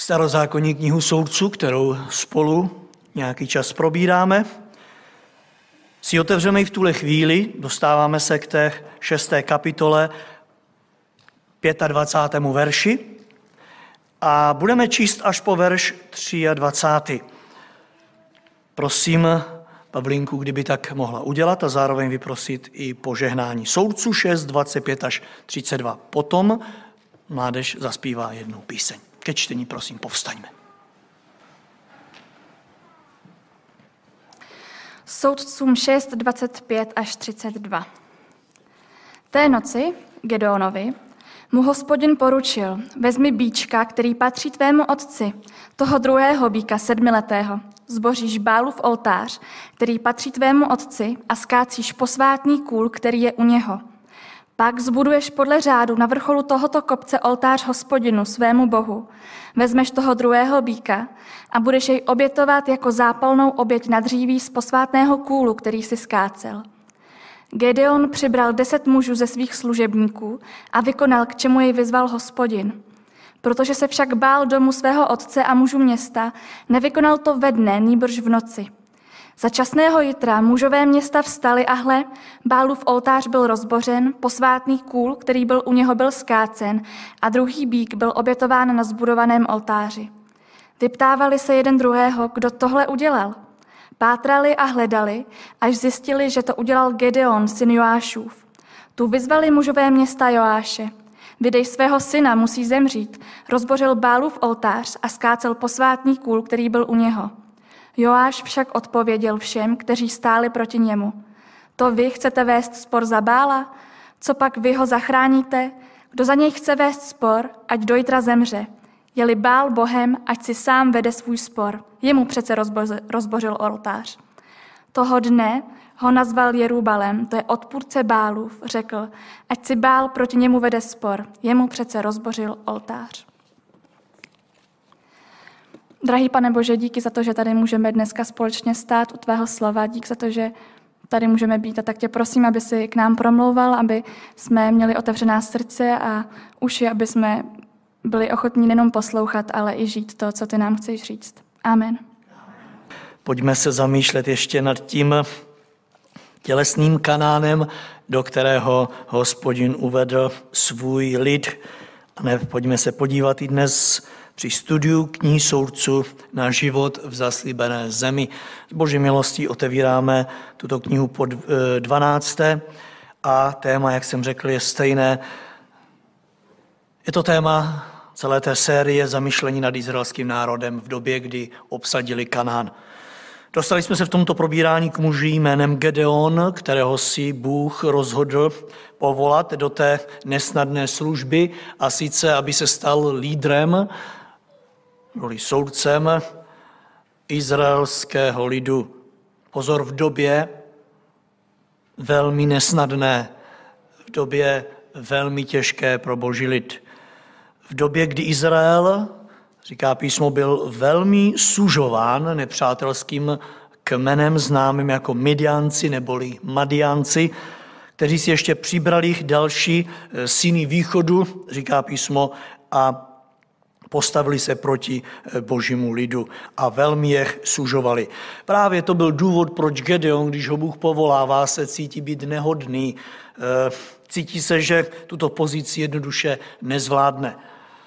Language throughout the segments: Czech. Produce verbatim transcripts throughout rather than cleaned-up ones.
Starozákonní knihu Soudců, kterou spolu nějaký čas probíráme, si otevřeme i v tuhle chvíli, dostáváme se k té šesté kapitole, dvacátému pátém verši a budeme číst až po verš dvacátý třetí. Prosím Pavlínku, kdyby tak mohla udělat a zároveň vyprosit i požehnání. Soudců šest, dvacet pět až třicet dva. Potom mládež zaspívá jednu píseň. Ke čtení prosím povstaňme. Soudcům šest, dvacet pět až třicet dva. Té noci Gedeonovi mu Hospodin poručil, vezmi býčka, který patří tvému otci, toho druhého býka sedmiletého, zboříš Bálův oltář, který patří tvému otci a skácíš posvátný kůl, který je u něho. Pak zbuduješ podle řádu na vrcholu tohoto kopce oltář Hospodinu, svému bohu. Vezmeš toho druhého býka a budeš jej obětovat jako zápalnou oběť na dříví z posvátného kůlu, který si skácel. Gedeon přibral deset mužů ze svých služebníků a vykonal, k čemu jej vyzval Hospodin. Protože se však bál domu svého otce a mužů města, nevykonal to ve dne, nýbrž v noci. Za časného jitra mužové města vstali a hle, Bálův oltář byl rozbořen, posvátný kůl, který byl u něho, byl skácen a druhý býk byl obětován na zbudovaném oltáři. Vyptávali se jeden druhého, kdo tohle udělal. Pátrali a hledali, až zjistili, že to udělal Gedeon, syn Joášův. Tu vyzvali mužové města Joáše. Vydej svého syna, musí zemřít. Rozbořil Bálův oltář a skácel posvátný kůl, který byl u něho. Joáš však odpověděl všem, kteří stáli proti němu. To vy chcete vést spor za Bála? Co pak vy ho zachráníte? Kdo za něj chce vést spor, ať do jitra zemře. Je-li Bál bohem, ať si sám vede svůj spor. Jemu přece rozbo- rozbořil oltář. Toho dne ho nazval Jerubalem, to je odpůrce Bálův, řekl, ať si Bál proti němu vede spor. Jemu přece rozbořil oltář. Drahý Pane Bože, díky za to, že tady můžeme dneska společně stát u tvého slova, díky za to, že tady můžeme být a tak tě prosím, aby si k nám promlouval, aby jsme měli otevřená srdce a uši, aby jsme byli ochotní nejenom poslouchat, ale i žít to, co ty nám chceš říct. Amen. Pojďme se zamýšlet ještě nad tím tělesným Kanánem, do kterého Hospodin uvedl svůj lid. A ne, pojďme se podívat i dnes při studiu knihy Soudců na život v zaslíbené zemi. S Boží milostí otevíráme tuto knihu po dvanácté a téma, jak jsem řekl, je stejné. Je to téma celé té série zamyšlení nad izraelským národem v době, kdy obsadili Kanán. Dostali jsme se v tomto probírání k muži jménem Gedeon, kterého si Bůh rozhodl povolat do té nesnadné služby a sice, aby se stal lídrem, byl soudcem izraelského lidu. Pozor, v době velmi nesnadné, v době velmi těžké pro Boží lid. V době, kdy Izrael, říká písmo, byl velmi sužován nepřátelským kmenem známým jako Midianci neboli Madianci, kteří si ještě přibrali další syny východu, říká písmo, a postavili se proti Božímu lidu a velmi je sužovali. Právě to byl důvod, proč Gedeon, když ho Bůh povolává, se cítí být nehodný. Cítí se, že tuto pozici jednoduše nezvládne.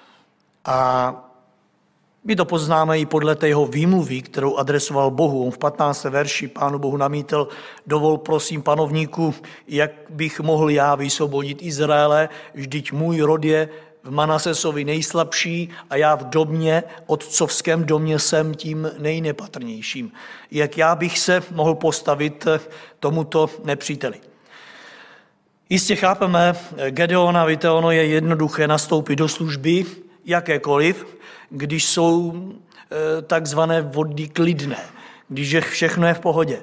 A my to poznáme i podle té jeho výmluvy, kterou adresoval Bohu. On v patnáctém verši Pánu Bohu namítl, dovol prosím panovníku, jak bych mohl já vysvobodit Izraele, vždyť můj rod je v Manasesovi nejslabší a já v domě, otcovském domě jsem tím nejnepatrnějším. Jak já bych se mohl postavit tomuto nepříteli. Jistě chápeme Gedeona, víte, ono je jednoduché nastoupit do služby, jakékoliv, když jsou takzvané vody klidné, když je všechno je v pohodě.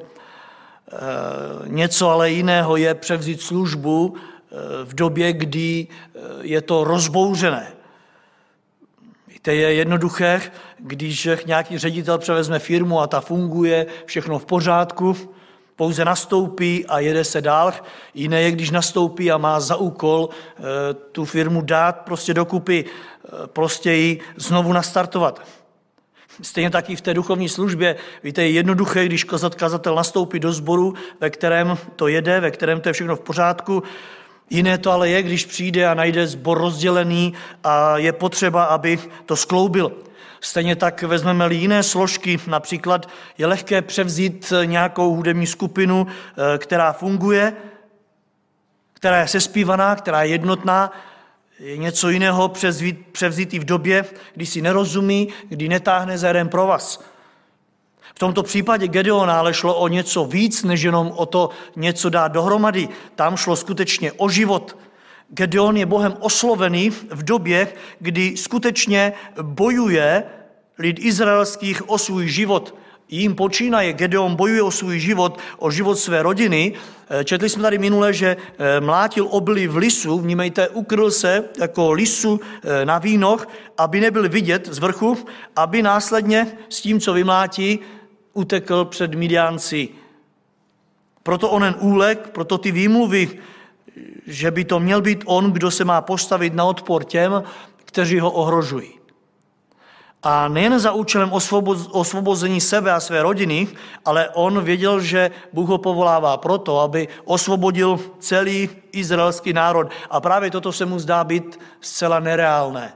Něco ale jiného je převzít službu v době, kdy je to rozbouřené. Víte, je jednoduché, když nějaký ředitel převezme firmu a ta funguje, všechno v pořádku, Pouze nastoupí a jede se dál. Jiné je, když nastoupí a má za úkol e, tu firmu dát prostě dokupy, e, prostě ji znovu nastartovat. Stejně taky v té duchovní službě, víte, je jednoduché, když kazatel nastoupí do sboru, ve kterém to jede, ve kterém to je všechno v pořádku. Jiné to ale je, když přijde a najde sbor rozdělený a je potřeba, aby to skloubil. Stejně tak vezmeme-li jiné složky, například je lehké převzít nějakou hudební skupinu, která funguje, která je sespívaná, která je jednotná. Je něco jiného převzít, převzít i v době, kdy si nerozumí, kdy netáhne za jeden provaz. V tomto případě Gedeona ale šlo o něco víc, než jenom o to něco dát dohromady. Tam šlo skutečně o život. Gedeon je Bohem oslovený v době, kdy skutečně bojuje lid izraelských o svůj život. Jím počínaje, Gedeon bojuje o svůj život, o život své rodiny. Četli jsme tady minule, že mlátil obilí v lisu, vnímejte, ukryl se jako lisu na vínoch, aby nebyl vidět z vrchu, aby následně s tím, co vymlátí, utekl před Midiánci. Proto onen úlek, proto ty výmluvy, že by to měl být on, kdo se má postavit na odpor těm, kteří ho ohrožují. A nejen za účelem osvobození sebe a své rodiny, ale on věděl, že Bůh ho povolává proto, aby osvobodil celý izraelský národ. A právě toto se mu zdá být zcela nereálné.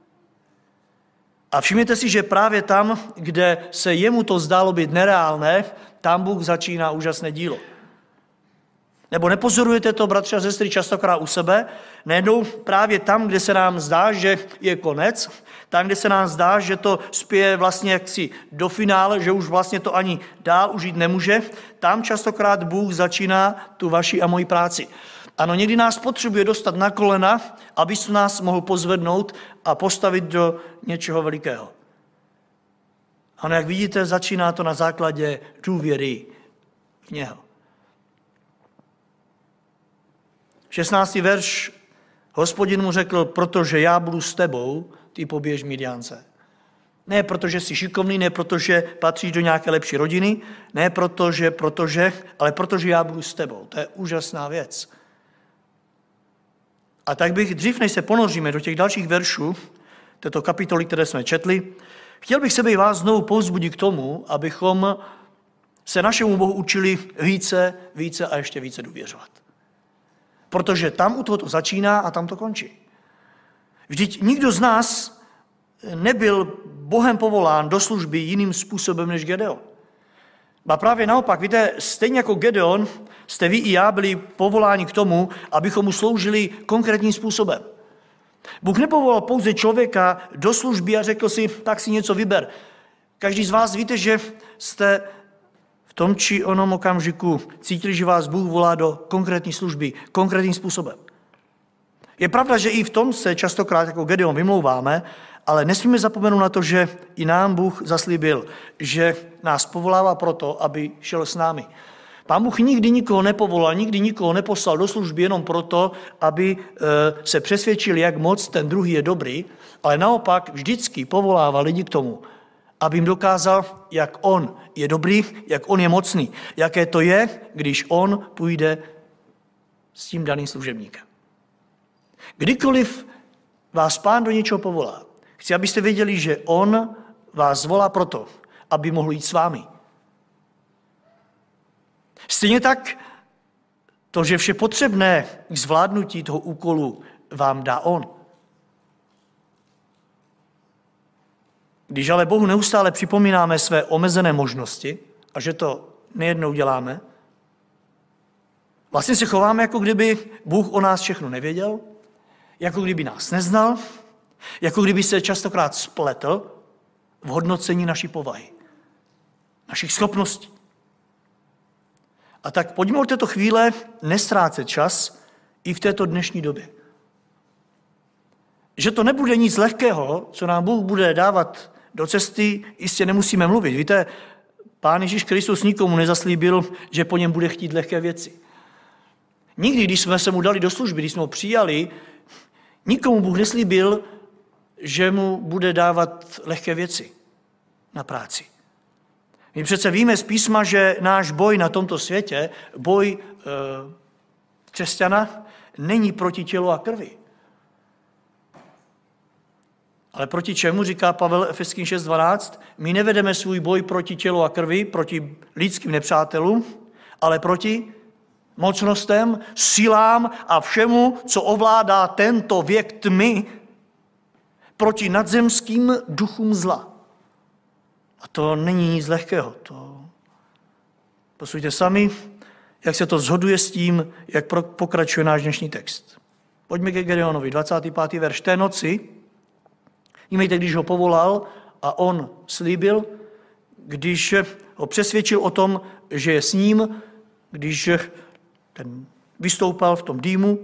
A všimněte si, že právě tam, kde se jemu to zdálo být nereálné, tam Bůh začíná úžasné dílo. Nebo nepozorujete to, bratři a sestry, častokrát u sebe? Najednou právě tam, kde se nám zdá, že je konec, tam, kde se nám zdá, že to spěje vlastně jaksi do finále, že už vlastně to ani dál už jít nemůže, tam častokrát Bůh začíná tu vaši a moji práci. Ano, někdy nás potřebuje dostat na kolena, aby se nás mohl pozvednout a postavit do něčeho velikého. Ano, jak vidíte, začíná to na základě důvěry v něho. šestnáctý verš, Hospodin mu řekl, protože já budu s tebou, ty poběž Midiance. Ne protože jsi šikovný, ne protože patříš do nějaké lepší rodiny, ne protože, protože, ale protože já budu s tebou. To je úžasná věc. A tak bych dřív, než se ponoříme do těch dalších veršů, této kapitoly, které jsme četli, chtěl bych sebe i vás znovu povzbudit k tomu, abychom se našemu Bohu učili více, více a ještě více důvěřovat. Protože tam u toho to začíná a tam to končí. Vždyť nikdo z nás nebyl Bohem povolán do služby jiným způsobem než Gedeon. A právě naopak, víte, stejně jako Gedeon, jste vy i já byli povoláni k tomu, abychom mu sloužili konkrétním způsobem. Bůh nepovolal pouze člověka do služby a řekl si, tak si něco vyber. Každý z vás víte, že jste v tom či onom okamžiku cítili, že vás Bůh volá do konkrétní služby, konkrétním způsobem. Je pravda, že i v tom se častokrát jako Gedeon vymlouváme, ale nesmíme zapomenout na to, že i nám Bůh zaslíbil, že nás povolává proto, aby šel s námi. Pán Bůh nikdy nikoho nepovolal, nikdy nikoho neposlal do služby jenom proto, aby se přesvědčil, jak moc ten druhý je dobrý, ale naopak vždycky povolává lidi k tomu, aby jim dokázal, jak on je dobrý, jak on je mocný, jaké to je, když on půjde s tím daným služebníkem. Kdykoliv vás Pán do něčeho povolá, chci, abyste věděli, že on vás zvolá proto, aby mohl jít s vámi. Stejně tak to, že vše potřebné k zvládnutí toho úkolu vám dá on. Když ale Bohu neustále připomínáme své omezené možnosti a že to nejednou děláme, vlastně se chováme, jako kdyby Bůh o nás všechno nevěděl, jako kdyby nás neznal, jako kdyby se častokrát spletl v hodnocení naší povahy, našich schopností. A tak pojďme od této chvíle nestrácet čas i v této dnešní době. Že to nebude nic lehkého, co nám Bůh bude dávat do cesty, jistě nemusíme mluvit. Víte, Pán Ježíš Kristus nikomu nezaslíbil, že po něm bude chtít lehké věci. Nikdy, když jsme se mu dali do služby, když jsme ho přijali, nikomu Bůh neslíbil, že mu bude dávat lehké věci na práci. My přece víme z písma, že náš boj na tomto světě, boj e, křesťana, není proti tělu a krvi. Ale proti čemu, říká Pavel Efeským šest dvanáct, my nevedeme svůj boj proti tělu a krvi, proti lidským nepřátelům, ale proti mocnostem, silám a všemu, co ovládá tento věk tmy, proti nadzemským duchům zla. A to není nic lehkého. To... Posluchejte sami, jak se to shoduje s tím, jak pokračuje náš dnešní text. Pojďme ke Gedeonovi, dvacátý pátý verš. Té noci, jímejte, když ho povolal a on slíbil, když ho přesvědčil o tom, že je s ním, když ten vystoupal v tom dýmu,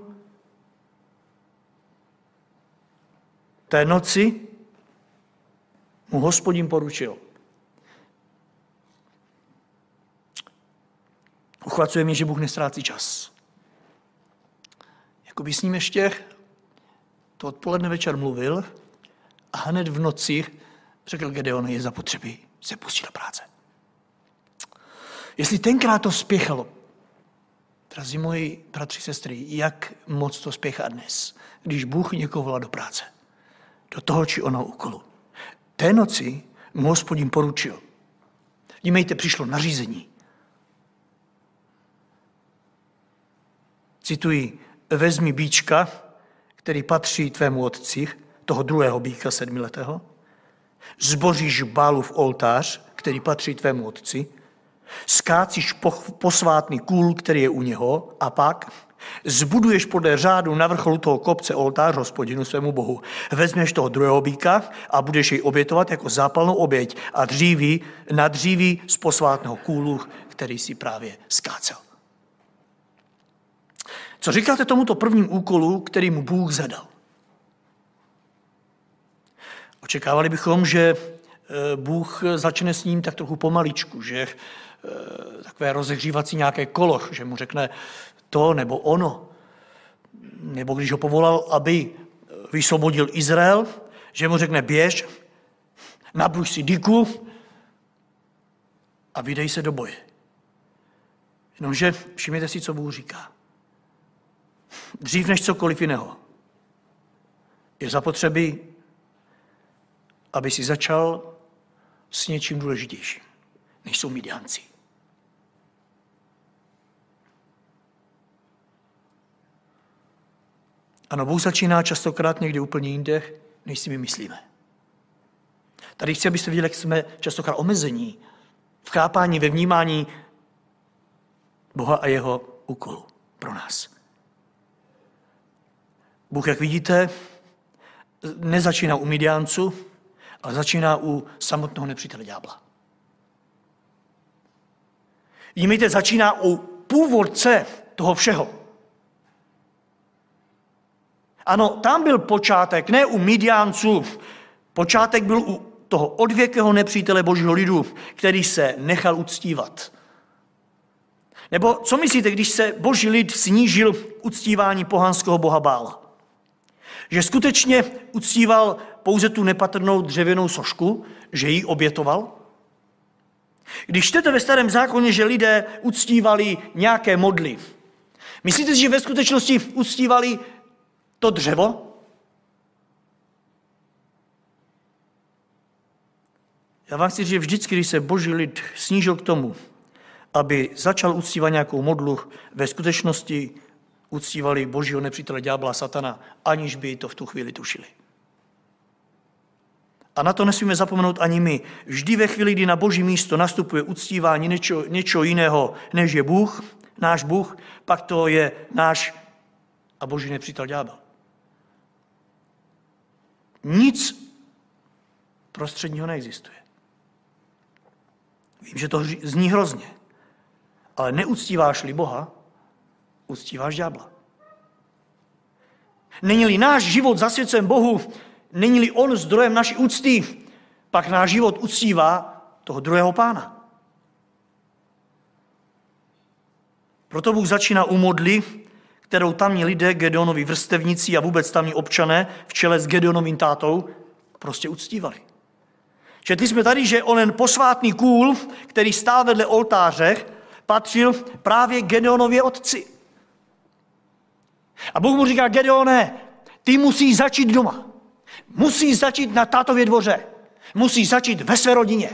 té noci mu Hospodin poručil. Uchvacuje mě, že Bůh nestrácí čas. Jakoby s ním ještě to odpoledne večer mluvil a hned v noci řekl Gedeon, je zapotřebí se pustit do práce. Jestli tenkrát to spěchalo, drazí moji bratři, sestry, jak moc to spěchá dnes, když Bůh někoho volá do práce, do toho či onoho úkolu. Té noci mu Hospodin poručil. Dímejte, přišlo nařízení. Cituji, vezmi býčka, který patří tvému otci, toho druhého býka sedmiletého, zboříš Bálův oltář, který patří tvému otci, skácíš posvátný kůl, který je u něho, a pak zbuduješ podle řádu na vrcholu toho kopce oltář Hospodinu svému Bohu. Vezmeš toho druhého býka a budeš jej obětovat jako zápalnou oběť a dříví na dříví z posvátného kůlu, který si právě skácel. Co říkáte tomuto prvním úkolu, který mu Bůh zadal? Očekávali bychom, že Bůh začne s ním tak trochu pomaličku, že takové rozehřívací nějaké kolo, že mu řekne to nebo ono. Nebo když ho povolal, aby vysvobodil Izrael, že mu řekne běž, nabruš si dyku a vydej se do boje. Jenomže všimněte si, co Bůh říká. Dřív než cokoliv jiného je zapotřebí, aby si začal s něčím důležitějším, než jsou Midianci. Ano, Bůh začíná častokrát někde úplně jinde, než si my myslíme. Tady chci, abyste viděli, jak jsme častokrát omezení v chápání, ve vnímání Boha a jeho úkolu pro nás. Bůh, jak vidíte, nezačíná u Midianců, ale začíná u samotného nepřítele ďábla. Jímejte, začíná u původce toho všeho. Ano, tam byl počátek, ne u Midianců. Počátek byl u toho odvěkého nepřítele božího lidu, který se nechal uctívat. Nebo co myslíte, když se boží lid snížil k uctívání pohanského boha Bála? Že skutečně uctíval pouze tu nepatrnou dřevěnou sošku, že ji obětoval? Když čtete ve Starém zákoně, že lidé uctívali nějaké modly, myslíte si, že ve skutečnosti uctívali to dřevo? Já vám chci říct, že vždycky, když se boží lid snížil k tomu, aby začal uctívat nějakou modlu, ve skutečnosti uctívali božího nepřítele ďábla satana, aniž by to v tu chvíli tušili. A na to nesmíme zapomenout ani my. Vždy ve chvíli, kdy na boží místo nastupuje uctívání něčeho, něčeho jiného, než je Bůh, náš Bůh, pak to je náš a boží nepřítel ďábel. Nic prostředního neexistuje. Vím, že to zní hrozně, ale neuctíváš-li Boha, uctíváš ďábla. Není-li náš život zasvěcen Bohu, není-li on zdrojem naší úcty, pak náš život uctívá toho druhého pána. Proto Bůh začíná u modly, kterou tamní lidé, Gedeonovi vrstevníci a vůbec tamní občané v čele s Gedeonovým tátou prostě uctívali. Četli jsme tady, že onen posvátný kůl, který stál vedle oltáře, patřil právě Gedeonově otci. A Bůh mu říká, Gedeone, ty musíš začít doma. Musíš začít na tátově dvoře. Musíš začít ve své rodině.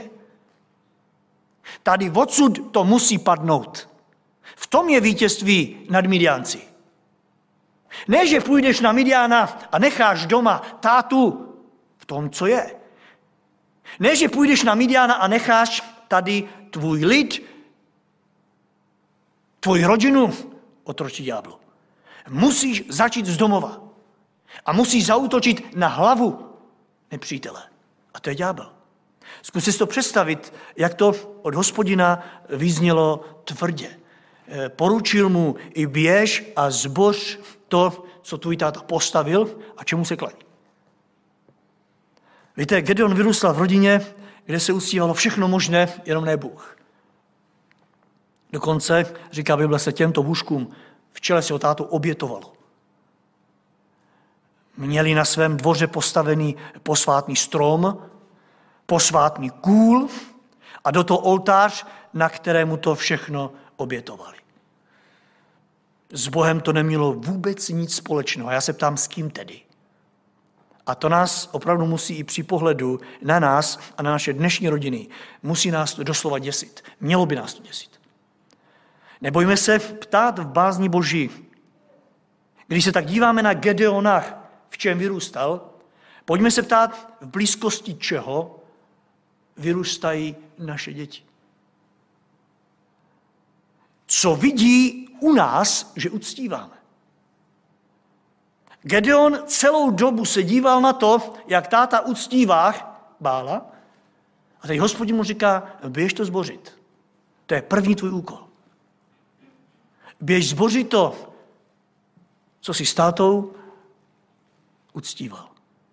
Tady odsud to musí padnout. V tom je vítězství nad Midiánci. Ne, že půjdeš na Midiána a necháš doma tátu v tom, co je. Ne, že půjdeš na Midiána a necháš tady tvůj lid, tvoji rodinu otročit ďáblu. Musíš začít z domova. A musíš zaútočit na hlavu nepřítele. A to je ďábel. Zkuste si to představit, jak to od Hospodina vyznělo tvrdě. Poručil mu i běž a zboř to, co tvůj táta postavil a čemu se klaní. Víte, Gedeon vyrůstal v rodině, kde se uctívalo všechno možné, jenom ne Bůh. Dokonce, říká Bible, se těmto bůžkům v čele svého tátu obětovalo. Měli na svém dvoře postavený posvátný strom, posvátný kůl a do toho oltář, na kterému to všechno obětovali. S Bohem to nemělo vůbec nic společného. Já se ptám, s kým tedy? A to nás opravdu musí i při pohledu na nás a na naše dnešní rodiny, musí nás to doslova děsit. Mělo by nás to děsit. Nebojme se ptát v bázni Boží. Když se tak díváme na Gedeona, v čem vyrůstal, pojďme se ptát, v blízkosti čeho vyrůstají naše děti. Co vidí u nás, že uctíváme. Gedeon celou dobu se díval na to, jak táta uctívá Bála a teď Hospodin mu říká, běž to zbořit. To je první tvůj úkol. Běž zbořit to, co si s tátou uctíval.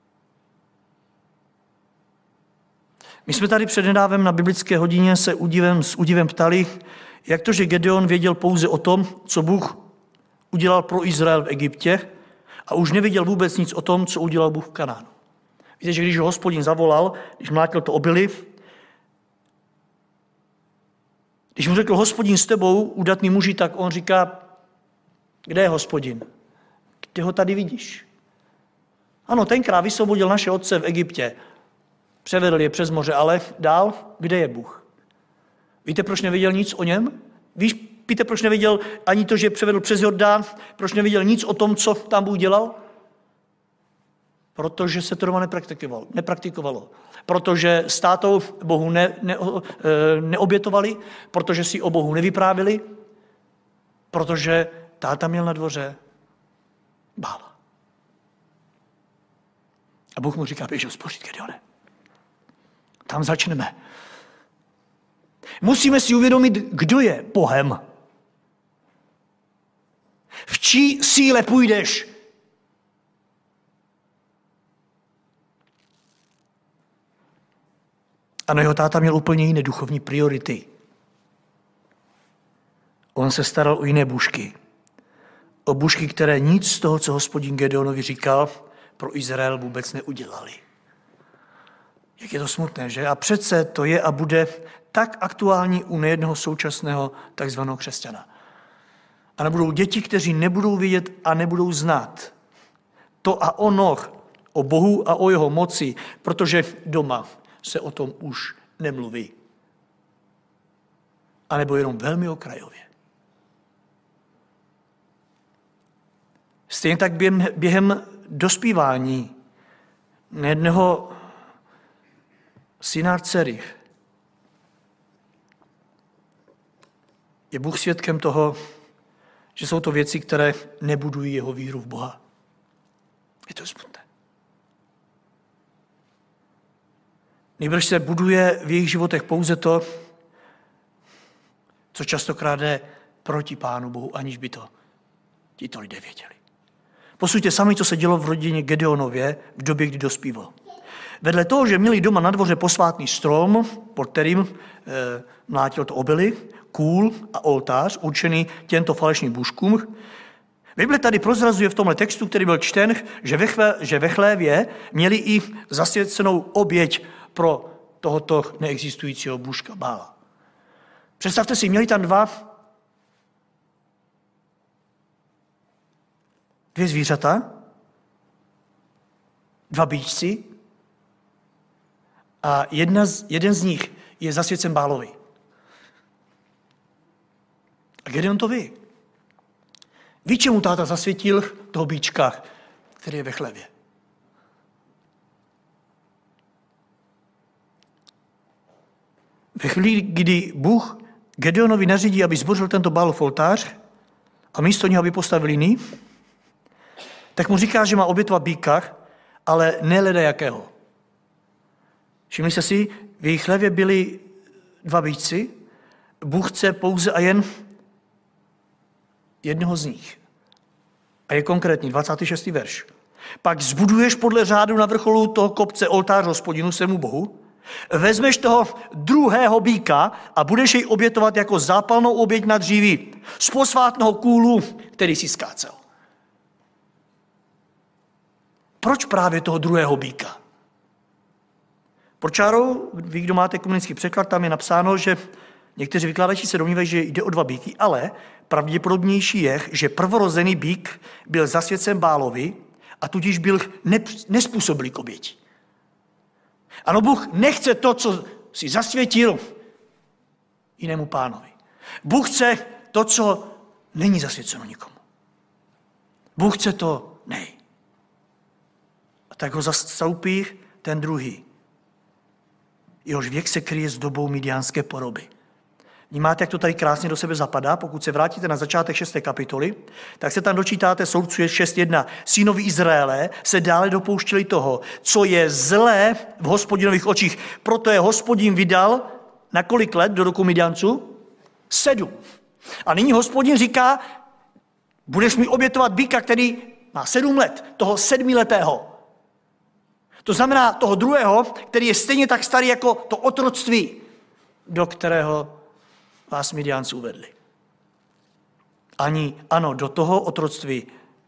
My jsme tady přednedávem na biblické hodině se udivem, s udivem ptali, jak to, že Gedeon věděl pouze o tom, co Bůh udělal pro Izrael v Egyptě a už nevěděl vůbec nic o tom, co udělal Bůh v Kanánu. Víte, že když ho Hospodin zavolal, když mlátil to obilí, když mu řekl Hospodin s tebou, udatný muži, tak on říká, kde je Hospodin? Kde ho tady vidíš? Ano, tenkrát vysvobodil naše otce v Egyptě. Převedl je přes moře, ale dál, kde je Bůh? Víte, proč nevěděl nic o něm? Víš, víte, proč nevěděl ani to, že převedl přes Jordán? Proč nevěděl nic o tom, co tam Bůh dělal? Protože se to doma nepraktikovalo. nepraktikovalo. Protože s tátou Bohu ne, ne, neobětovali, protože si o Bohu nevyprávili, protože táta měl na dvoře Bála. A Bůh mu říká, běž ho spořit, Gedeone. Tam začneme. Musíme si uvědomit, kdo je Bohem. V čí síle půjdeš? Ano, jeho táta měl úplně jiné duchovní priority. On se staral o jiné bušky. O bušky, které nic z toho, co Hospodin Gedeonovi říkal, pro Izrael vůbec neudělali. Jak je to smutné, že? A přece to je a bude tak aktuální u nejednoho současného takzvaného křesťana. A nebudou děti, kteří nebudou vidět a nebudou znát to a ono o Bohu a o jeho moci, protože doma se o tom už nemluví. A nebo jenom velmi okrajově. Stejně tak během, během dospívání nejedného syna a dcery je Bůh svědkem toho, že jsou to věci, které nebudují jeho víru v Boha. Je to smutné. Nejbrž se buduje v jejich životech pouze to, co častokrát jde proti Pánu Bohu, aniž by to tito lidé věděli. Posuďte sami, co se dělo v rodině Gedeonově v době, kdy dospíval. Vedle toho, že měli doma na dvoře posvátný strom, pod kterým e, mlátil to obilí, kůl a oltář, určený těmto falešným bůžkům, Bible tady prozrazuje v tomhle textu, který byl čten, že ve, chvé, že ve chlévě měli i zasvěcenou oběť pro tohoto neexistujícího bůžka Bála. Představte si, měli tam dva dvě zvířata, dva býčci a jedna z, jeden z nich je zasvěcen Bálovi. A Gedeon to ví. Ví, čemu táta zasvětil toho býčka, který je ve chlevě. Ve chvíli, kdy Bůh Gedeonovi nařídí, aby zbořil tento Bálův oltář a místo něho, aby postavil jiný, tak mu říká, že má obětovat býka, ale ne leda jakého. Všimli jste si, v jejich chlevě byli dva býčci, Bůh chce pouze a jen jednoho z nich. A je konkrétní, dvacátý šestý verš. Pak zbuduješ podle řádu na vrcholu toho kopce oltář Hospodinu svému Bohu, vezmeš toho druhého býka a budeš jej obětovat jako zápalnou oběť na dříví z posvátného kůlu, který si skácel. Proč právě toho druhého býka? Pod čárou, vy, kdo máte komunický překlad, tam je napsáno, že někteří vykladači se domnívají, že jde o dva býky, ale pravděpodobnější je, že prvorozený býk byl zasvěcen Bálovi a tudíž byl nespůsobilý k oběti. Ano, Bůh nechce to, co si zasvětil jinému pánovi. Bůh chce to, co není zasvěceno nikomu. Bůh chce to nej. A tak ho zastoupí ten druhý. Jehož věk se kryje s dobou midiánské poroby. Vnímáte, jak to tady krásně do sebe zapadá? Pokud se vrátíte na začátek šesté kapitoly, tak se tam dočítáte soudců šest jedna. Synovi Izraele se dále dopouštěli toho, co je zlé v Hospodinových očích. Proto je Hospodin vydal na kolik let do roku Midianců? Sedm. A nyní Hospodin říká, budeš mi obětovat býka, který má sedm let, toho sedmiletého. To znamená toho druhého, který je stejně tak starý jako to otroctví, do kterého vás Midiánci uvedli. Ani, ano, do toho otroctví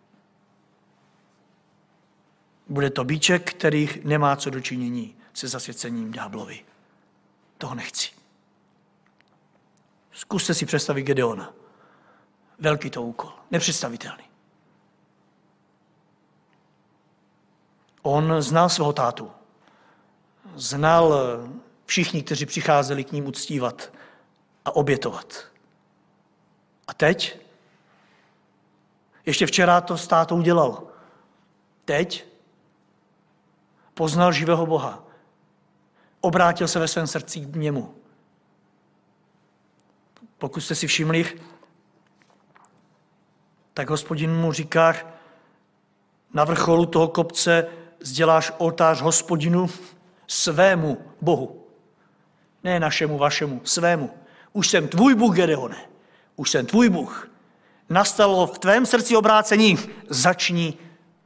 bude to býček, který nemá co dočinění se zasvěcením ďáblovi. Toho nechci. Zkuste si představit Gedeona. Velký to úkol, nepředstavitelný. On znal svého tátu. Znal všichni, kteří přicházeli k ním uctívat a obětovat. A teď? Ještě včera to s tátou udělal. Teď poznal živého Boha. Obrátil se ve svém srdci k němu. Pokud jste si všimli, tak Hospodin mu říká, na vrcholu toho kopce sděláš oltář Hospodinu svému Bohu. Ne našemu, vašemu, svému. Už jsem tvůj Bůh, Gedeone. Už jsem tvůj Bůh. Nastalo v tvém srdci obrácení. Začni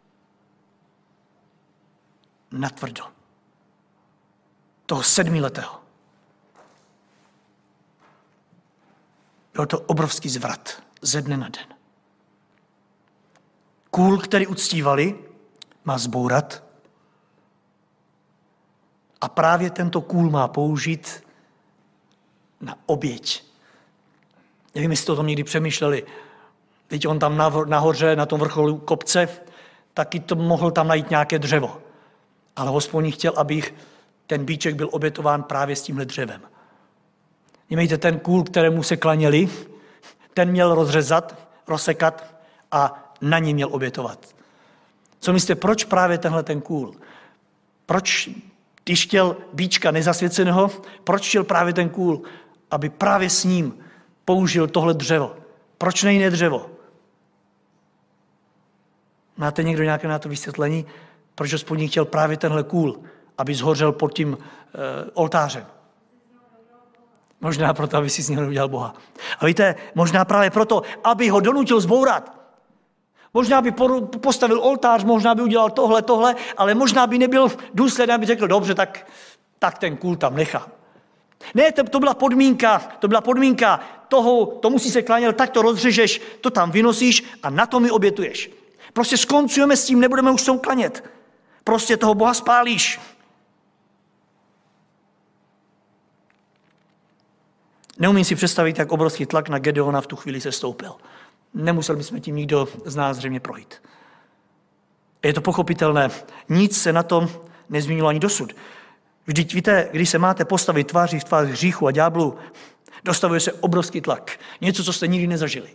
natvrdo. Toho sedmiletého. Byl to obrovský zvrat ze dne na den. Kůl, který uctívali, má zbourat a právě tento kůl má použít na oběť. Nevím, jestli o tom někdy přemýšleli. Teď on tam nahoře, na tom vrcholu kopce, taky to mohl tam najít nějaké dřevo. Ale Hospodin chtěl, aby ten býček byl obětován právě s tímhle dřevem. Mějte ten kůl, kterému se klaněli, ten měl rozřezat, rozsekat a na ní měl obětovat. Co myslíte, proč právě tenhle ten kůl? Proč, když chtěl býčka nezasvěceného, proč chtěl právě ten kůl, aby právě s ním použil tohle dřevo? Proč ne jiné dřevo? Máte někdo nějaké na to vysvětlení? Proč Hospodin chtěl právě tenhle kůl, aby zhořel pod tím uh, oltářem? Možná proto, aby si z něho neudělal Boha. A víte, možná právě proto, aby ho donutil zbourat. Možná by postavil oltář, možná by udělal tohle, tohle, ale možná by nebyl důsledný, aby řekl, dobře, tak, tak ten kůl tam nechám. Ne, to, to byla podmínka, to byla podmínka toho, tomu si se kláněl, tak to rozřežeš, to tam vynosíš a na to mi obětuješ. Prostě skoncujeme s tím, nebudeme už s tou klanět. Prostě toho Boha spálíš. Neumím si představit, jak obrovský tlak na Gedeona v tu chvíli se stoupil. Nemusel bychom tím nikdo z nás zřejmě projít. Je to pochopitelné. Nic se na tom nezměnilo ani dosud. Vždyť víte, když se máte postavit tváří v tvář hříchu a ďáblu, dostavuje se obrovský tlak. Něco, co jste nikdy nezažili.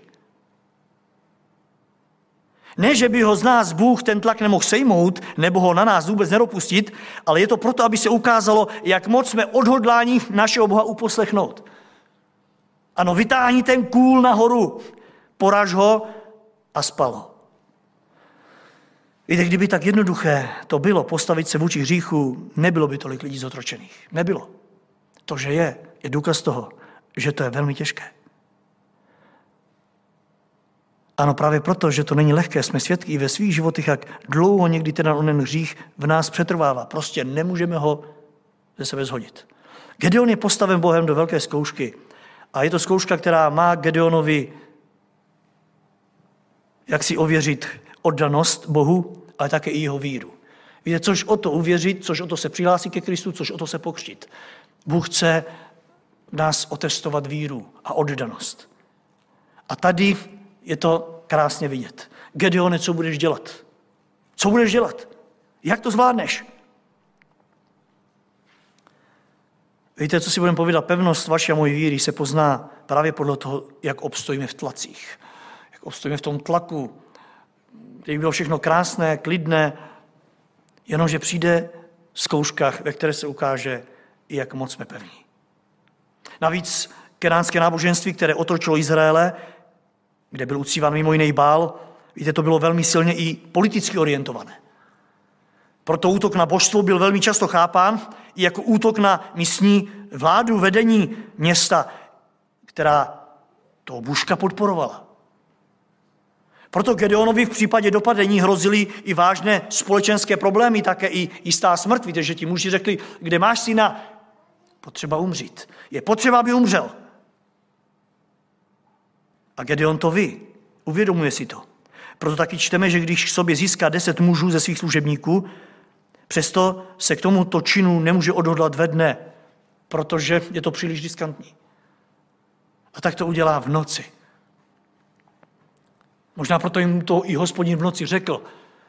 Ne, že by ho z nás Bůh ten tlak nemohl sejmout, nebo ho na nás vůbec nedopustit, ale je to proto, aby se ukázalo, jak moc jsme odhodláni našeho Boha uposlechnout. Ano, vytáhni ten kůl nahoru, poraž ho a spalo. Víte, kdyby tak jednoduché to bylo postavit se vůči hříchu, nebylo by tolik lidí zotročených. Nebylo. To, že je, je důkaz toho, že to je velmi těžké. Ano, právě proto, že to není lehké, jsme svědky i ve svých životech, jak dlouho někdy ten onen hřích v nás přetrvává. Prostě nemůžeme ho ze sebe zhodit. Gedeon je postaven Bohem do velké zkoušky. A je to zkouška, která má Gedeonovi jak si ověřit oddanost Bohu, ale také i jeho víru. Víte, což o to uvěřit, což o to se přihlásit ke Kristu, což o to se pokřtit. Bůh chce v nás otestovat víru a oddanost. A tady je to krásně vidět. Gedeone, co budeš dělat? Co budeš dělat? Jak to zvládneš? Víte, co si budeme povídat? Pevnost vaší a mojí víry se pozná právě podle toho, jak obstojíme v tlacích. Jak obstojíme v tom tlaku, kde bylo všechno krásné, klidné, jenomže přijde zkouškách, ve které se ukáže, jak moc jsme pevní. Navíc kenánské náboženství, které otročilo Izraele, kde byl uctíván mimo jiný Bál, víte, to bylo velmi silně i politicky orientované. Proto útok na božstvo byl velmi často chápán i jako útok na místní vládu, vedení města, která toho Buška podporovala. Proto Gedeonovi v případě dopadení hrozily i vážné společenské problémy, také i jistá smrt. Víte, že ti muži řekli, kde máš syna, potřeba umřít. Je potřeba, aby umřel. A Gedeon to ví, uvědomuje si to. Proto taky čteme, že když sobě získá deset mužů ze svých služebníků, přesto se k tomuto činu nemůže odhodlat ve dne, protože je to příliš riskantní. A tak to udělá v noci. Možná proto jim to i Hospodin v noci řekl.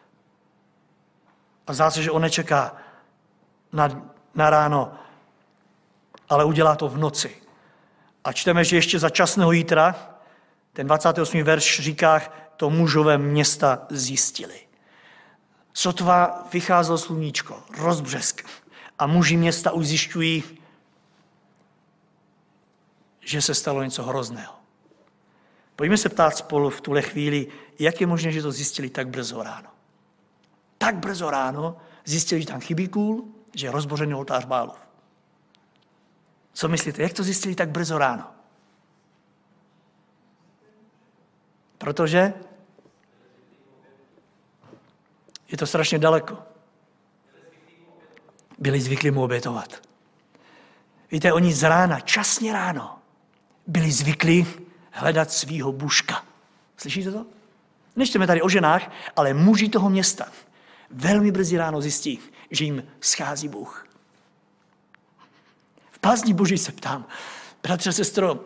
A zdá se, že on nečeká na, na ráno, ale udělá to v noci. A čteme, že ještě za časného jítra, ten dvacátý osmý verš říká, to mužové města zjistili. Sotva vycházelo sluníčko, rozbřesk. A muži města už zjišťují, že se stalo něco hrozného. Pojďme se ptát spolu v tuhle chvíli, jak je možné, že to zjistili tak brzo ráno. Tak brzo ráno zjistili, že tam chybí kůl, že je rozbořený oltář Bálův. Co myslíte, jak to zjistili tak brzo ráno? Protože je to strašně daleko. Byli zvyklí mu obětovat. Víte, oni z rána, časně ráno, byli zvyklí hledat svýho Buška. Slyšíte to? Nečteme tady o ženách, ale muži toho města velmi brzy ráno zjistí, že jim schází Bůh. V pázni Boží se ptám, bratře, sestro,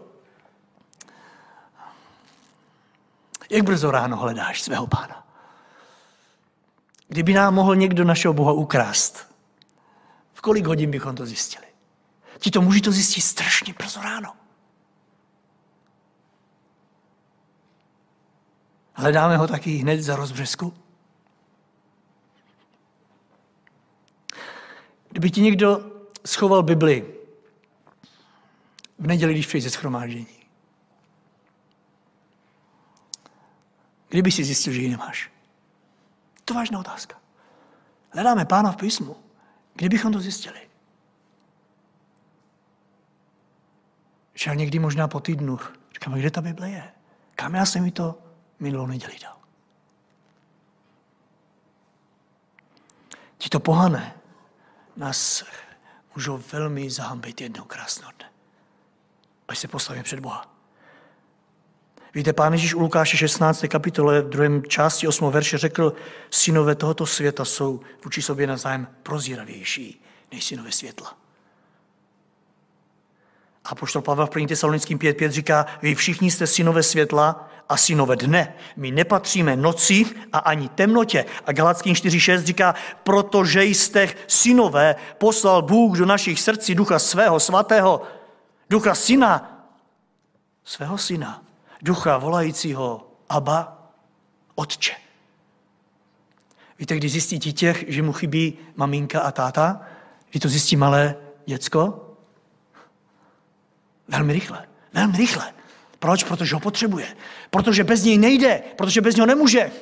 jak brzo ráno hledáš svého Pána? Kdyby nám mohl někdo našeho Boha ukrást, v kolik hodin bychom to zjistili? Tito muži to zjistí strašně brzo ráno. Hledáme ho taky hned za rozbřesku? Kdyby ti někdo schoval Bibli v neděli, když přijde ze shromáždění, kdyby si zjistil, že ji nemáš? To je vážná otázka. Hledáme Pána v písmu. Kdybychom to zjistili? Šel někdy možná po týdnu. Říkáme, kde ta Bible je? Kam já jsem mi to minulou neděli dal? Tito pohané nás můžou velmi zahambit jednou krásného dne, až se postavíme před Boha. Víte, Pán Ježíš u Lukáše šestnácté kapitole v druhém části osmého verše řekl, synové tohoto světa jsou vůči sobě navzájem prozíravější než synové světla. A apoštol Pavel v první Tesalonickým pět pět říká, vy všichni jste synové světla a synové dne. My nepatříme noci a ani temnotě. A Galackým čtyři šest říká, protože jste synové, poslal Bůh do našich srdcí ducha svého svatého, ducha syna, svého syna, ducha volajícího Abba, Otče. Víte, když zjistí dítě, že mu chybí maminka a táta, když to zjistí malé děcko? Velmi rychle, velmi rychle. Proč? Protože ho potřebuje. Protože bez něj nejde, protože bez něho nemůže. Já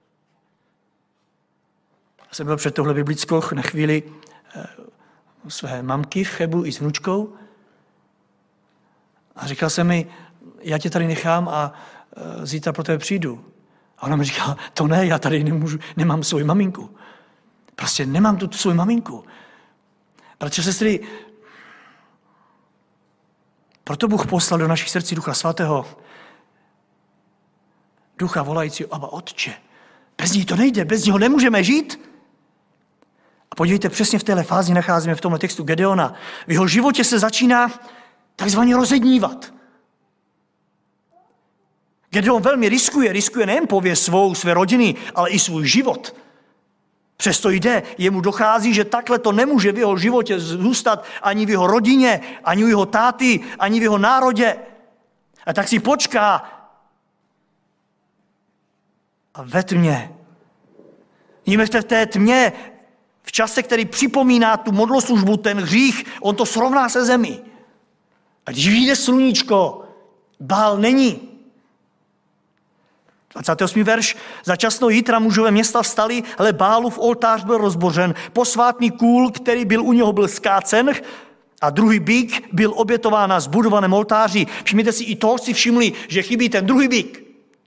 jsem byl před tohle biblickou na chvíli u své mamky v Chebu i s vnučkou a říkal jsem mi, já tě tady nechám a zítra pro tebe přijdu. A ona mi říkala, to ne, já tady nemůžu, nemám svou maminku. Prostě nemám tu svou maminku. Protože sestry, proto Bůh poslal do našich srdcí Ducha Svatého, ducha volajícího Abba, Otče. Bez něj to nejde, bez něho nemůžeme žít. A podívejte, přesně v téhle fázi nacházíme v tomhle textu Gedeona. V jeho životě se začíná takzvaně rozednívat. Gedeon velmi riskuje, riskuje nejen pověst svou, své rodiny, ale i svůj život. Přesto jde, jemu dochází, že takhle to nemůže v jeho životě zůstat ani v jeho rodině, ani u jeho táty, ani v jeho národě. A tak si počká a ve tmě. Víme v té tmě, v čase, který připomíná tu modloslužbu, ten hřích, on to srovná se zemí. A když vyjde sluníčko, Bál není. dvacátý osmý verš. Za časnou jítra mužové města vstali, ale Bálův oltář byl rozbořen. Posvátný kůl, který byl u něho, byl skácen a druhý býk byl obětován na zbudovaném oltáři. Všimněte si, i toho si všimli, že chybí ten druhý býk.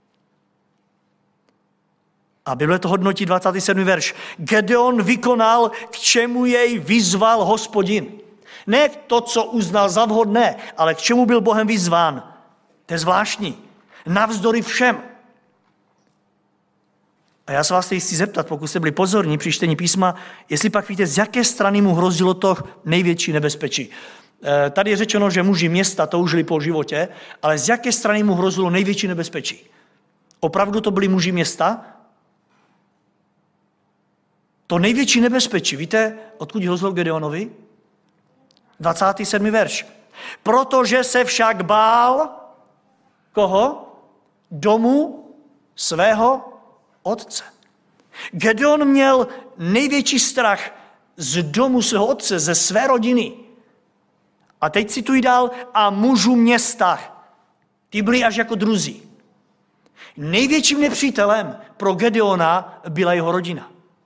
A Bible to hodnotí dvacátý sedmý verš. Gedeon vykonal, k čemu jej vyzval Hospodin. Ne to, co uznal za vhodné, ale k čemu byl Bohem vyzván. To je zvláštní. Navzdory všem. A já se vás chci zeptat, pokud jste byli pozorní při čtení písma, jestli pak víte, z jaké strany mu hrozilo to největší nebezpečí. Tady je řečeno, že muži města toužili po životě, ale z jaké strany mu hrozilo největší nebezpečí? Opravdu to byli muži města? To největší nebezpečí, víte, odkud hrozilo Gedeonovi? dvacátý sedmý verš. Protože se však bál koho? Domu svého otce. Gedeon měl největší strach z domu svého otce, ze své rodiny. A teď cituji dál, a mužů města. Ty byli až jako druzí. Největším nepřítelem pro Gedeona byla jeho rodina.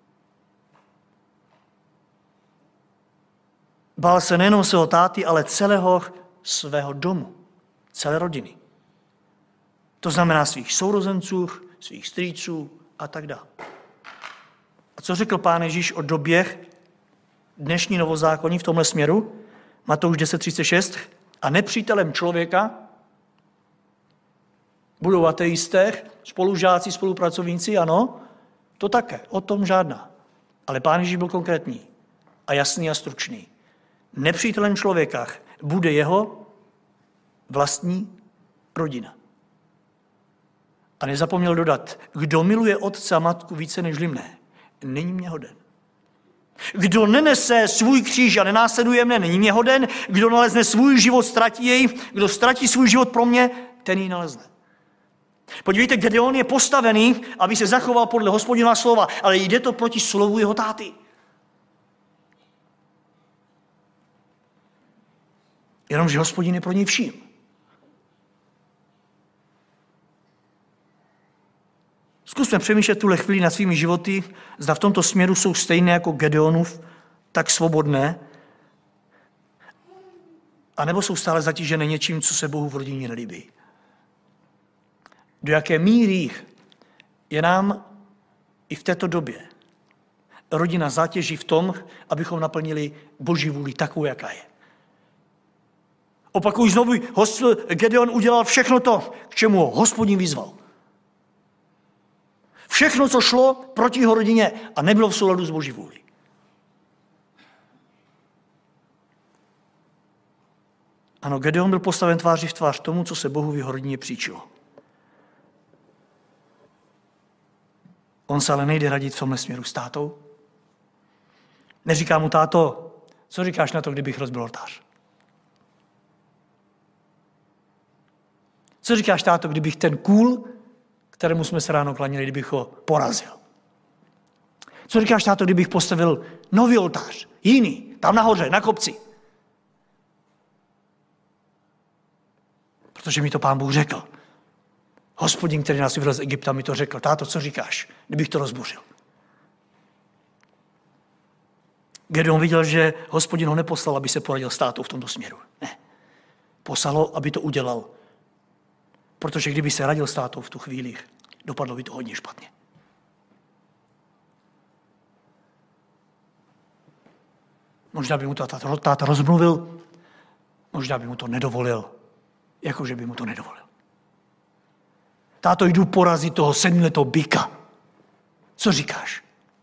Bál se nejenom svého táty, ale celého svého domu, celé rodiny. To znamená svých sourozenců, svých strýců a tak dále. A co řekl Pán Ježíš o době dnešní novozákonní v tomhle směru? Matouš deset třicet šest. A nepřítelem člověka budou ateisté, spolužáci, spolupracovníci, ano, to také, o tom žádná. Ale Pán Ježíš byl konkrétní a jasný a stručný. Nepřítelem člověka bude jeho vlastní rodina. A nezapomněl dodat, kdo miluje otce a matku více než mne, není mě hoden. Kdo nenese svůj kříž a nenásleduje mne, není mě hoden. Kdo nalezne svůj život, ztratí jej. Kdo ztratí svůj život pro mě, ten ji nalezne. Podívejte, Gedeon je postavený, aby se zachoval podle Hospodinova slova, ale jde to proti slovu jeho táty. Jenomže Hospodin je pro něj vším. Zkusme přemýšlet tuhle chvíli nad svými životy, zda v tomto směru jsou stejné jako Gedeonův, tak svobodné, anebo jsou stále zatížené něčím, co se Bohu v rodině nelíbí. Do jaké míry je nám i v této době rodina zátěží v tom, abychom naplnili Boží vůli takovou, jaká je. Opakuju znovu, Gedeon udělal všechno to, k čemu ho Hospodin vyzval. Všechno, co šlo proti jeho rodině a nebylo v souladu s Boží vůli. Ano, Gedeon byl postaven tváří v tvář tomu, co se Bohu v jeho rodině příčilo. On se ale nejde radit v tomhle směru s tátou. Neříká mu: táto, co říkáš na to, kdybych rozbil oltář? Co říkáš, táto, kdybych ten kůl, kterému jsme se ráno klanili, kdybych ho porazil? Co říkáš, táto, kdybych postavil nový oltář, jiný, tam nahoře, na kopci? Protože mi to Pán Bůh řekl. Hospodin, který nás vyvedl z Egypta, mi to řekl. Táto, co říkáš, kdybych to rozbořil? Gedeon viděl, že Hospodin ho neposlal, aby se poradil s tátou v tomto směru. Ne. Poslal ho, aby to udělal. Protože kdyby se radil s tátou v tu chvíli, dopadlo by to hodně špatně. Možná by mu to táta, táta rozmluvil, možná by mu to nedovolil, jakože by mu to nedovolil. Táto, jdu porazit toho sedmiletého byka. Co říkáš?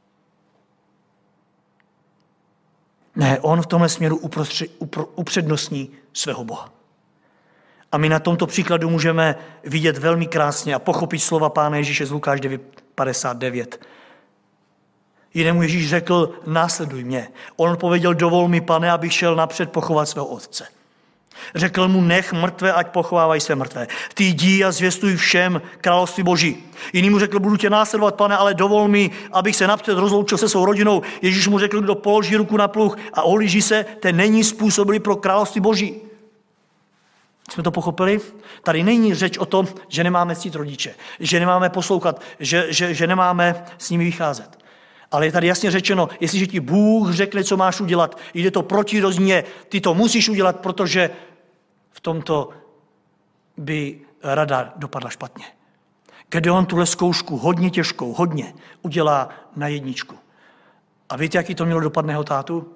Ne, on v tomhle směru upřednostní svého Boha. A my na tomto příkladu můžeme vidět velmi krásně a pochopit slova Pána Ježíše z Lukáš devět padesát devět. Jinému Ježíš řekl: následuj mě. On pověděl: dovol mi, Pane, abych šel napřed pochovat svého otce. Řekl mu: nech mrtvé, ať pochovávají své mrtvé. Ty jdi a zvěstuj všem království Boží. Jiný mu řekl: budu tě následovat, Pane, ale dovol mi, abych se napřed rozloučil se svou rodinou. Ježíš mu řekl: kdo položí ruku na pluh a ohlíží se, ten není způsobilý pro království Boží. Jsme to pochopili? Tady není řeč o tom, že nemáme ctít rodiče, že nemáme poslouchat, že, že, že nemáme s nimi vycházet. Ale je tady jasně řečeno, jestliže ti Bůh řekne, co máš udělat, jde to protirozně, ty to musíš udělat, protože v tomto by rada dopadla špatně. Gedeon tuhle zkoušku, hodně těžkou, hodně, udělá na jedničku. A víte, jaký to mělo dopad na jeho tátu?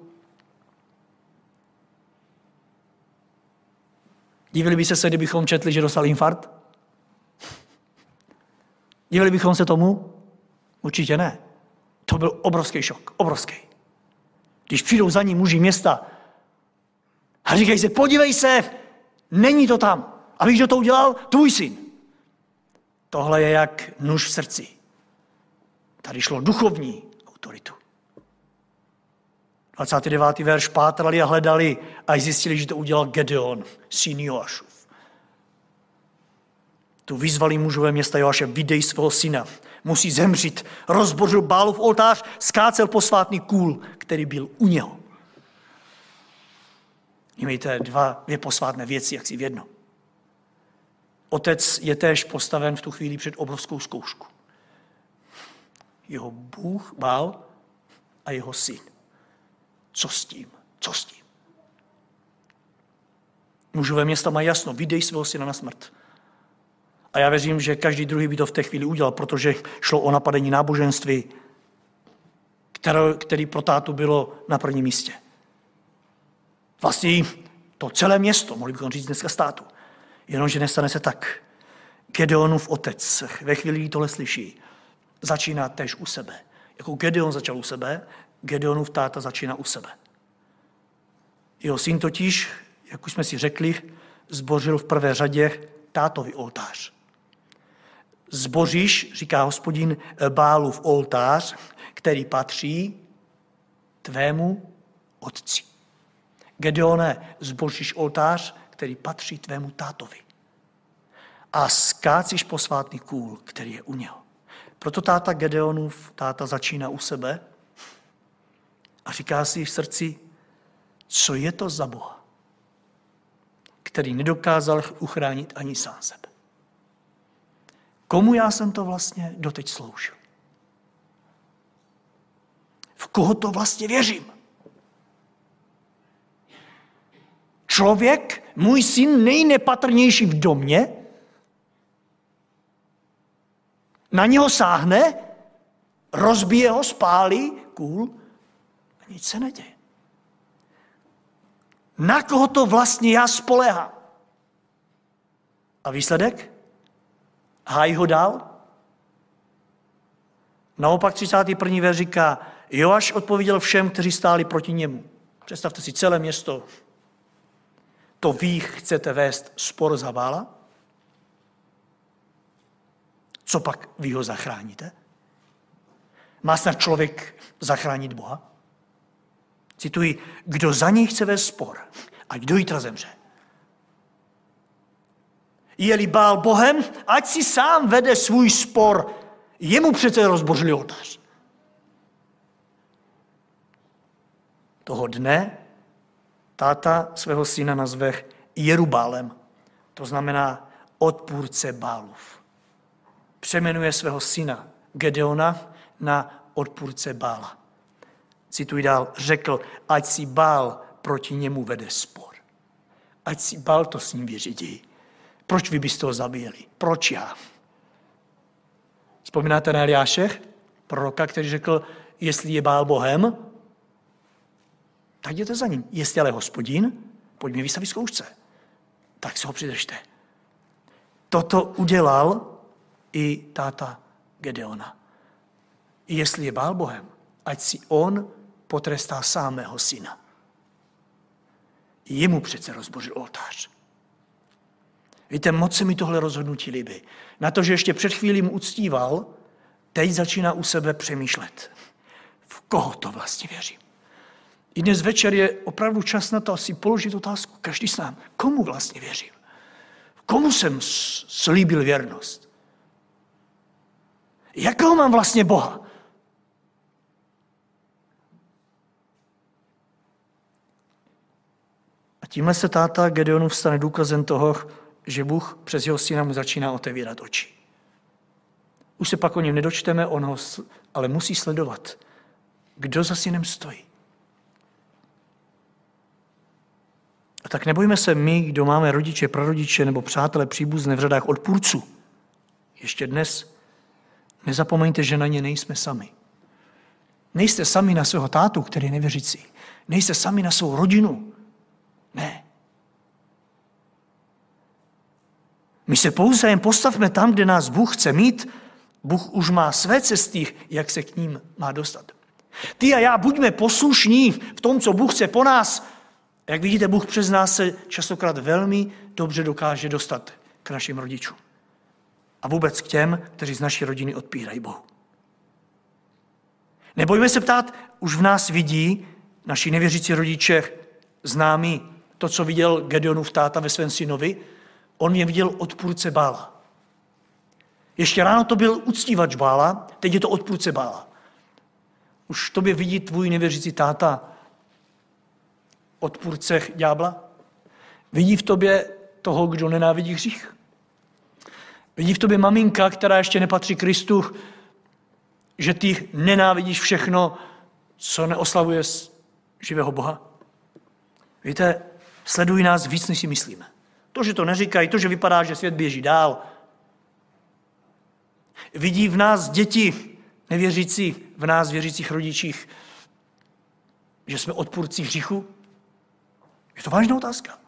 Divili byste se, kdybychom četli, že dostal infarkt? Divili bychom se tomu? Určitě ne. To byl obrovský šok, obrovský. Když přijdou za ním muži města a říkají se: podívej se, není to tam. A víš, kdo to udělal? Tvůj syn. Tohle je jak nůž v srdci. Tady šlo duchovní autoritu. dvacátý devátý verš: pátrali a hledali a zjistili, že to udělal Gedeon, syn Joášův. Tu vyzvali mužové města Joáše: vydej svého syna, musí zemřít. Rozbořil Bálův oltář, skácel posvátný kůl, který byl u něho. Mějte dva, dvě posvátné věci, jak si v jedno. Otec je též postaven v tu chvíli před obrovskou zkoušku. Jeho Bůh, Bál a jeho syn. Co s tím? Co s tím? Mužové města mají jasno, vydej svého syna na smrt. A já věřím, že každý druhý by to v té chvíli udělal, protože šlo o napadení náboženství, které, který pro tátu bylo na prvním místě. Vlastně to celé město, mohli bychom říct dneska státu. Jenomže nestane se tak. Gedeonův otec ve chvíli, kdy tohle slyší, začíná též u sebe. Jako Gedeon začal u sebe, Gedeonův táta začíná u sebe. Jeho syn totiž, jak už jsme si řekli, zbořil v prvé řadě tátový oltář. Zboříš, říká Hospodin, Bálův oltář, který patří tvému otci. Gedeone, zboříš oltář, který patří tvému tátovi. A skácíš posvátný kůl, který je u něho. Proto táta Gedeonův, táta začíná u sebe a říká si v srdci: co je to za Boha, který nedokázal uchránit ani sám sebe. Komu já jsem to vlastně doteď sloužil? V koho to vlastně věřím? Člověk, můj syn nejnepatrnější v domě, na něho sáhne, rozbije ho, spálí kůl a nic se neděje. Na koho to vlastně já spoléhám? A výsledek? Hájí ho dál? Naopak třicátý první verš říká: Joáš odpověděl všem, kteří stáli proti němu. Představte si celé město. To vy chcete vést spor za Bála? Co pak vy ho zachráníte? Má snad člověk zachránit Boha? Cituji, kdo za něj chce vést spor, ať do jítra zemře. Je-li Bál Bohem, ať si sám vede svůj spor. Jemu přece rozbořili oltář. Toho dne táta svého syna nazve Jerubálem. To znamená odpůrce Bálův. Přeměnuje svého syna Gedeona na odpůrce Bála. Cituji dál, řekl, ať si Bál proti němu vede spor. Ať si Bál to s ním vyřídí. Proč vy byste ho zabíjeli? Proč já? Vzpomínáte na Eliáše, proroka, který řekl, jestli je Bál Bohem, tak jděte za ním. Jestli ale Hospodin, pojďme vystavit zkoušce. Tak se ho přidržte. Toto udělal i táta Gedeona. Jestli je Bál Bohem, ať si on potrestá sám mého syna. Jemu přece rozbořil oltář. Víte, moc se mi tohle rozhodnutí líbí. Na to, že ještě před chvílí mu uctíval, teď začíná u sebe přemýšlet. V koho to vlastně věřím? I dnes večer je opravdu čas na to si položit otázku, každý s námi, komu vlastně věřím? Komu jsem slíbil věrnost? Jakého mám vlastně Boha? A tímhle se táta Gedeonův stane důkazem toho, že Bůh přes jeho syna mu začíná otevírat oči. Už se pak o něm nedočteme, on ho ale musí sledovat, kdo za synem stojí. A tak nebojme se my, kdo máme rodiče, prarodiče nebo přátelé příbuzné v řadách odpůrců. Ještě dnes nezapomeňte, že na ně nejsme sami. Nejste sami na svého tátu, který je nevěřící. Nejste sami na svou rodinu. Ne. My se pouze jen postavme tam, kde nás Bůh chce mít. Bůh už má své cesty, jak se k ním má dostat. Ty a já buďme poslušní v tom, co Bůh chce po nás. Jak vidíte, Bůh přes nás se častokrát velmi dobře dokáže dostat k našim rodičům. A vůbec k těm, kteří z naší rodiny odpírají Bohu. Nebojme se ptát, už v nás vidí naši nevěřící rodiče známí to, co viděl Gedeonův táta ve svém synovi. On je viděl odpůrce Bála. Ještě ráno to byl uctívač Bála, teď je to odpůrce Bála. Už tobě vidí tvůj nevěřící táta odpůrce ďábla? Vidí v tobě toho, kdo nenávidí hřích? Vidí v tobě maminka, která ještě nepatří Kristu, že ty nenávidíš všechno, co neoslavuje živého Boha? Víte, sledují nás víc, než si myslíme. To, že to neříkají, to, že vypadá, že svět běží dál. Vidí v nás děti nevěřící, v nás věřících rodičích, že jsme odpůrci hříchu? Je to vážná otázka.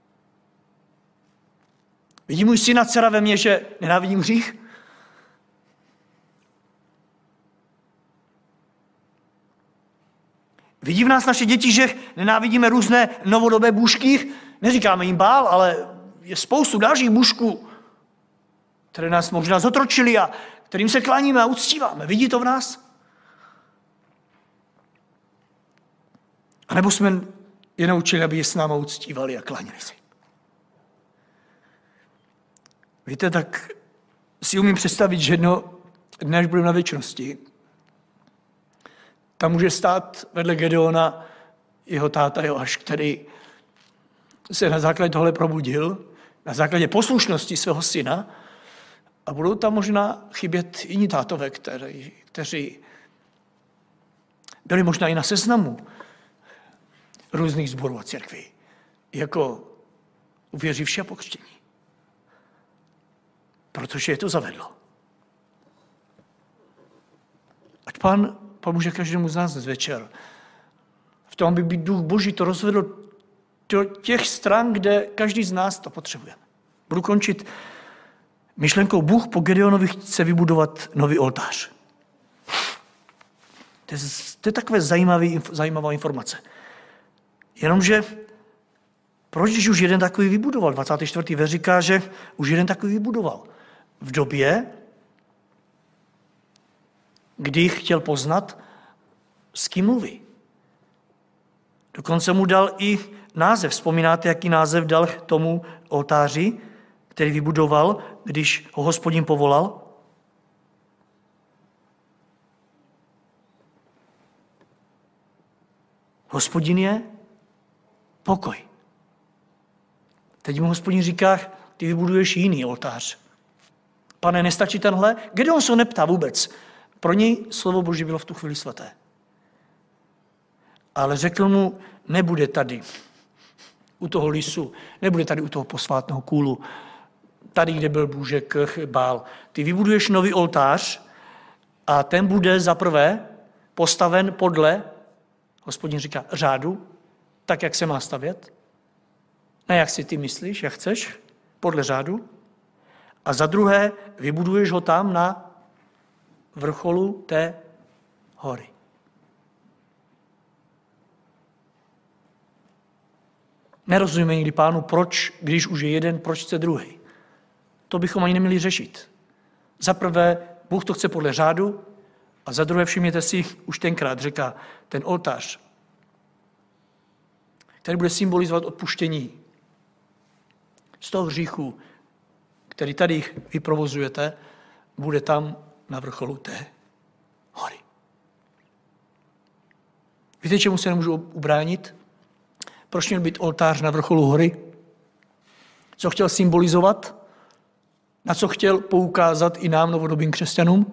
Vidí můj syn a dcera ve mně, že nenávidím hřích? Vidí v nás naše děti, že nenávidíme různé novodobé bůžky? Neříkáme jim Bál, ale je spoustu dalších bůžků, které nás možná zotročili a kterým se kláníme a uctíváme. Vidí to v nás? A nebo jsme je naučili, aby je s náma uctívali a klánili si. Víte, tak si umím představit, že jedno dne, až budeme na věčnosti, tam může stát vedle Gedeona jeho táta Joáš, který se na základě tohle probudil, na základě poslušnosti svého syna, a budou tam možná chybět jiní tátové, který, kteří byli možná i na seznamu různých sborů a církví, jako uvěřivší a pokřtění. Protože je to zavedlo. Ať Pán pomůže každému z nás dnes večer v tom, aby být Duch Boží to rozvedl do těch stran, kde každý z nás to potřebuje. Budu končit myšlenkou, Bůh po Gedeonovi chce vybudovat nový oltář. To je, to je takové zajímavý, zajímavá informace. Jenomže Proč, když už jeden takový vybudoval? dvacátý čtvrtý verš říká, že už jeden takový vybudoval. V době, kdy chtěl poznat, s kým mluví. Dokonce mu dal i název. Vzpomínáte, jaký název dal tomu oltáři, který vybudoval, když ho Hospodin povolal? Hospodin je pokoj. Teď mu Hospodin říká, ty vybuduješ jiný oltář. Pane, nestačí tenhle? Gedeon se ho neptá vůbec. Pro něj slovo Boží bylo v tu chvíli svaté. Ale řekl mu, nebude tady u toho lisu, nebude tady u toho posvátného kůlu, tady, kde byl bůžek Bál. Ty vybuduješ nový oltář a ten bude zaprvé postaven podle, Hospodin říká, řádu, tak, jak se má stavět. Ne, jak si ty myslíš, jak chceš, podle řádu. A za druhé, vybuduješ ho tam na vrcholu té hory. Nerozumíme nikdy Pánu, proč, když už je jeden, proč chce druhý. To bychom ani neměli řešit. Za prvé, Bůh to chce podle řádu, a za druhé, všimněte si, už tenkrát říká, ten oltář, který bude symbolizovat odpuštění z toho hříchu, který tady vyprovozujete, bude tam na vrcholu té hory. Víte, čemu se nemůžu ubránit? Proč měl být oltář na vrcholu hory? Co chtěl symbolizovat? Na co chtěl poukázat i nám, novodobým křesťanům?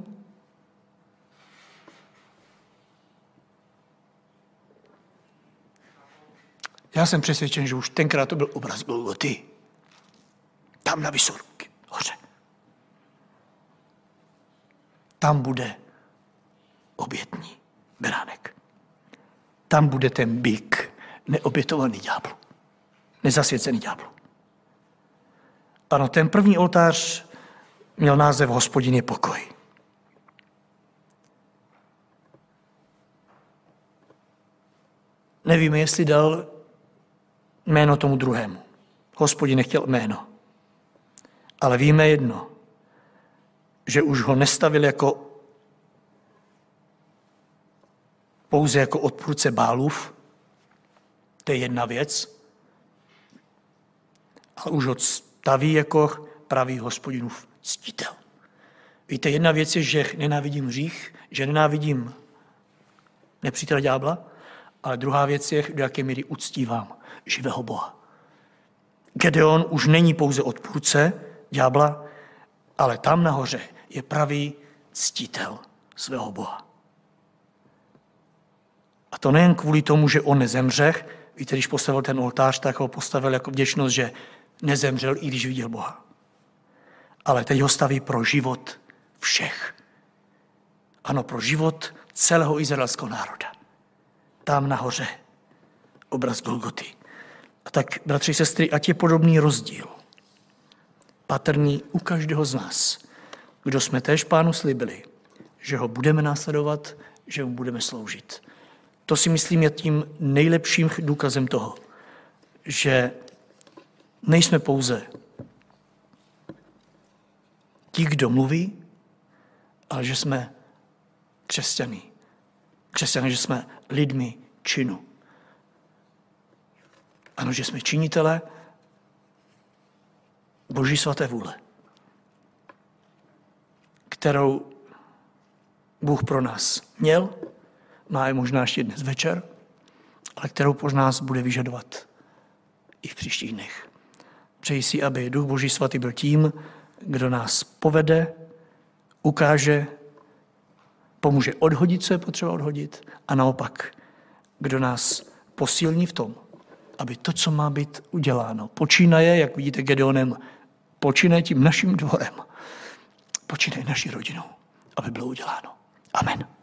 Já jsem přesvědčen, že už tenkrát to byl obraz Golgoty. Tam na vysoké hoře. Tam bude obětní beránek. Tam bude ten byk neobětovaný ďáblu. Nezasvěcený ďáblu. Ano, ten první oltář měl název Hospodin je pokoj. Nevíme, jestli dal jméno tomu druhému. Hospodin nechtěl jméno. Ale víme jedno, že už ho nestavil jako pouze jako odpůrce Bálův, to je jedna věc, ale už ho staví jako pravý Hospodinův ctitel. Víte, jedna věc je, že nenávidím hřích, že nenávidím nepřítele ďábla, ale druhá věc je, do jaké míry uctívám živého Boha. Gedeon už není pouze odpůrce ďábla, ale tam nahoře je pravý ctitel svého Boha. A to nejen kvůli tomu, že on nezemře. Víte, když postavil ten oltář, tak ho postavil jako vděčnost, že nezemřel, i když viděl Boha. Ale teď ho staví pro život všech. Ano, pro život celého izraelského národa. Tam nahoře obraz Golgoty. A tak, bratři, sestry, ať je podobný rozdíl patrný u každého z nás, kdo jsme též Pánu slíbili, že ho budeme následovat, že mu budeme sloužit. To si myslím je tím nejlepším důkazem toho, že nejsme pouze ti, kdo mluví, ale že jsme křesťané. Křesťané, že jsme lidmi činu. Ano, že jsme činitele Boží svaté vůle, kterou Bůh pro nás měl, má je možná ještě dnes večer, ale kterou po nás bude vyžadovat i v příštích dnech. Přeji si, aby Duch Boží svatý byl tím, kdo nás povede, ukáže, pomůže odhodit, co je potřeba odhodit, a naopak, kdo nás posílní v tom, aby to, co má být uděláno, počínaje, jak vidíte Gedeonem, počínaje tím naším dvorem, počínaje naší rodinou, aby bylo uděláno. Amen.